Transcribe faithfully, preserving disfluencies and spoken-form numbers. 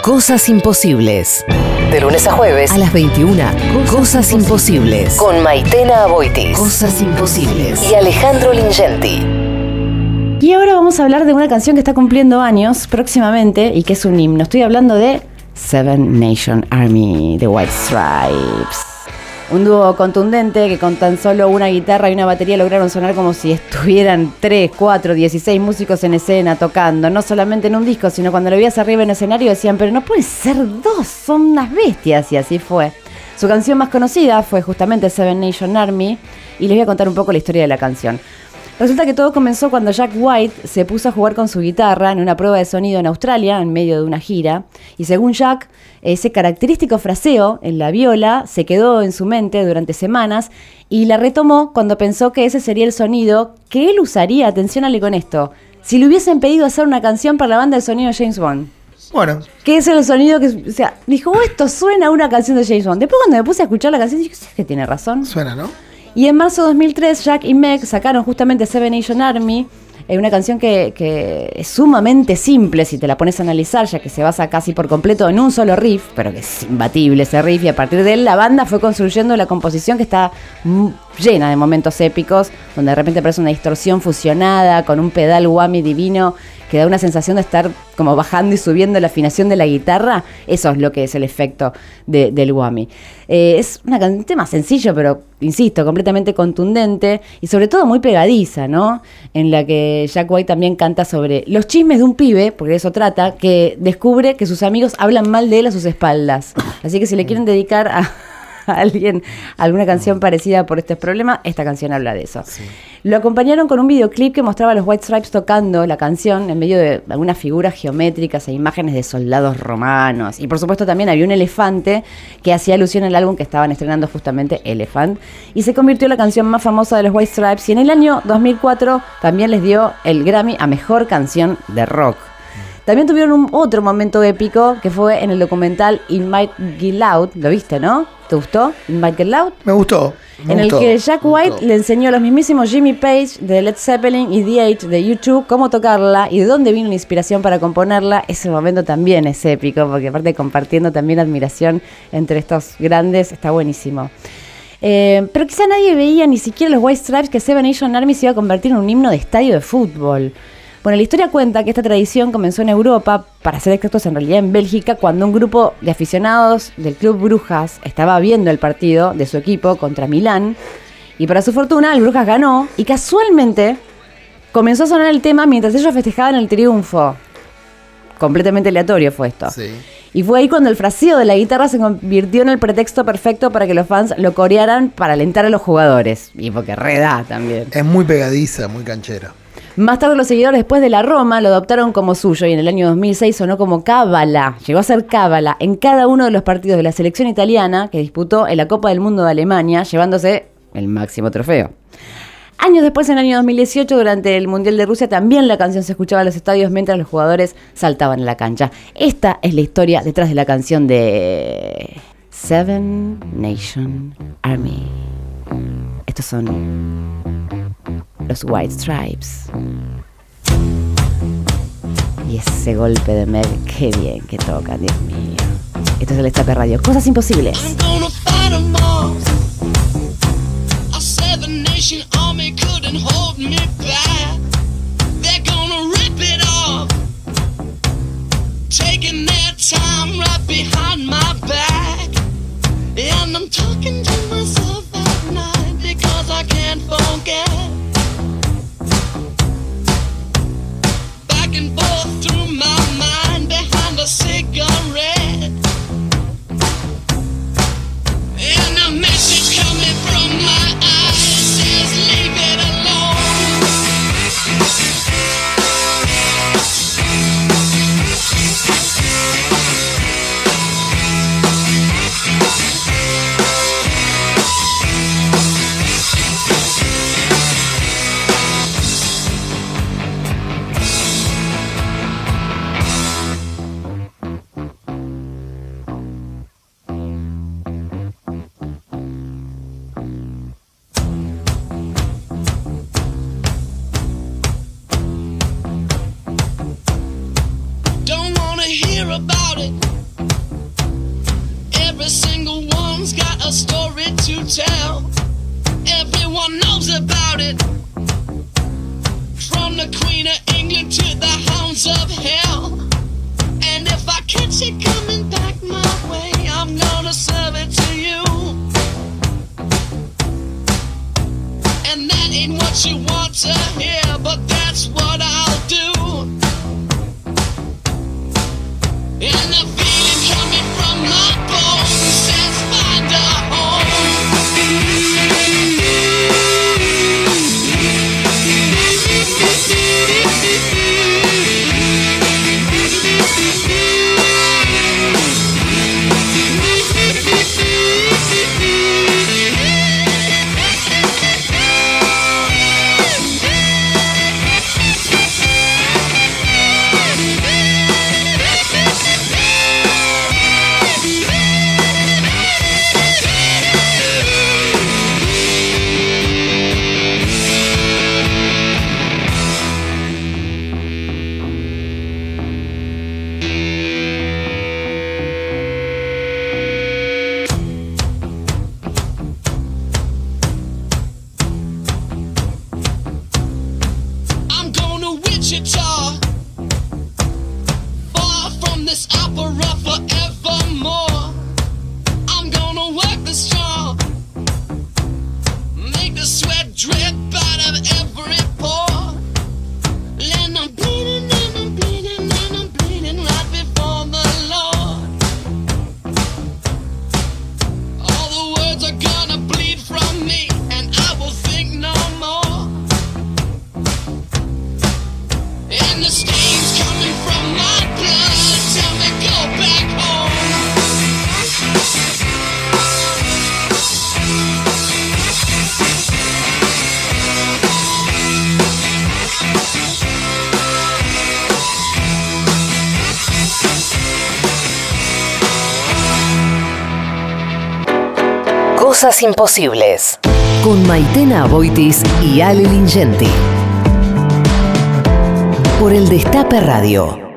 Cosas imposibles. De lunes a jueves a las veintiuna. Cosas, Cosas imposibles. Con Maitena Aboitis. Cosas imposibles. Y Alejandro Lingenti. Y ahora vamos a hablar de una canción que está cumpliendo años próximamente y que es un himno. Estoy hablando de Seven Nation Army, The White Stripes. Un dúo contundente que con tan solo una guitarra y una batería lograron sonar como si estuvieran tres, cuatro, dieciséis músicos en escena tocando. No solamente en un disco, sino cuando lo veías arriba en el escenario decían, pero no puede ser dos, son unas bestias, y así fue. Su canción más conocida fue justamente Seven Nation Army y les voy a contar un poco la historia de la canción. Resulta que todo comenzó cuando Jack White se puso a jugar con su guitarra en una prueba de sonido en Australia, en medio de una gira. Y según Jack, ese característico fraseo en la viola se quedó en su mente durante semanas y la retomó cuando pensó que ese sería el sonido que él usaría, atenciónale con esto, si le hubiesen pedido hacer una canción para la banda de sonido de James Bond. Bueno. Que es el sonido que, o sea, dijo, oh, esto suena a una canción de James Bond. Después cuando me puse a escuchar la canción, dije, sí, que tiene razón. Suena, ¿no? Y en marzo de dos mil tres, Jack y Meg sacaron justamente Seven Nation Army, eh, una canción que, que es sumamente simple si te la pones a analizar, ya que se basa casi por completo en un solo riff, pero que es imbatible ese riff, y a partir de él la banda fue construyendo la composición que está m- llena de momentos épicos, donde de repente aparece una distorsión fusionada con un pedal whammy divino que da una sensación de estar como bajando y subiendo la afinación de la guitarra. Eso es lo que es el efecto de, del whammy. Eh, es una, un tema sencillo, pero, insisto, completamente contundente y sobre todo muy pegadiza, ¿no? En la que Jack White también canta sobre los chismes de un pibe, porque de eso trata, que descubre que sus amigos hablan mal de él a sus espaldas. Así que si le quieren dedicar a... a alguien alguna canción parecida por este problema, esta canción habla de eso. Sí. Lo acompañaron con un videoclip que mostraba a los White Stripes tocando la canción en medio de algunas figuras geométricas e imágenes de soldados romanos. Y por supuesto también había un elefante que hacía alusión al álbum que estaban estrenando justamente, Elephant. Y se convirtió en la canción más famosa de los White Stripes y en el año dos mil cuatro también les dio el Grammy a Mejor Canción de Rock. También tuvieron un otro momento épico que fue en el documental It Might Get Loud. ¿Lo viste, no? ¿Te gustó? It Might Get Loud. Me gustó. Me en gustó, el que Jack White le enseñó a los mismísimos Jimmy Page de Led Zeppelin y The Edge de U dos cómo tocarla y de dónde vino la inspiración para componerla. Ese momento también es épico, porque aparte compartiendo también admiración entre estos grandes, está buenísimo. Eh, pero quizá nadie veía, ni siquiera los White Stripes, que Seven Nation Army se iba a convertir en un himno de estadio de fútbol. Bueno, la historia cuenta que esta tradición comenzó en Europa, para ser exactos en realidad en Bélgica, cuando un grupo de aficionados del Club Brujas estaba viendo el partido de su equipo contra Milán, y para su fortuna el Brujas ganó, y casualmente comenzó a sonar el tema mientras ellos festejaban el triunfo. Completamente aleatorio fue esto. Sí. Y fue ahí cuando el fraseo de la guitarra se convirtió en el pretexto perfecto para que los fans lo corearan para alentar a los jugadores. Y porque reda también. Es muy pegadiza, muy canchera. Más tarde los seguidores después de la Roma lo adoptaron como suyo y en el año dos mil seis sonó como cábala, llegó a ser cábala en cada uno de los partidos de la selección italiana que disputó en la Copa del Mundo de Alemania, llevándose el máximo trofeo. Años después, en el año dos mil dieciocho, durante el Mundial de Rusia, también la canción se escuchaba en los estadios mientras los jugadores saltaban en la cancha. Esta es la historia detrás de la canción de Seven Nation Army. Estos son los White Stripes. Y ese golpe de Meg, qué bien que toca, Dios mío. Esto es el Escape Radio. Cosas imposibles. hear about it. Every single one's got a story to tell. Everyone knows about it. From the Queen of England to the hounds of hell. And if I catch it coming back my way, I'm gonna serve it to you. And that ain't what you want to hear, but that's what I'll do. And the feeling coming from my bones says find a home. Cosas imposibles con Maitena Aboitis y Ale Lingenti por el Destape Radio.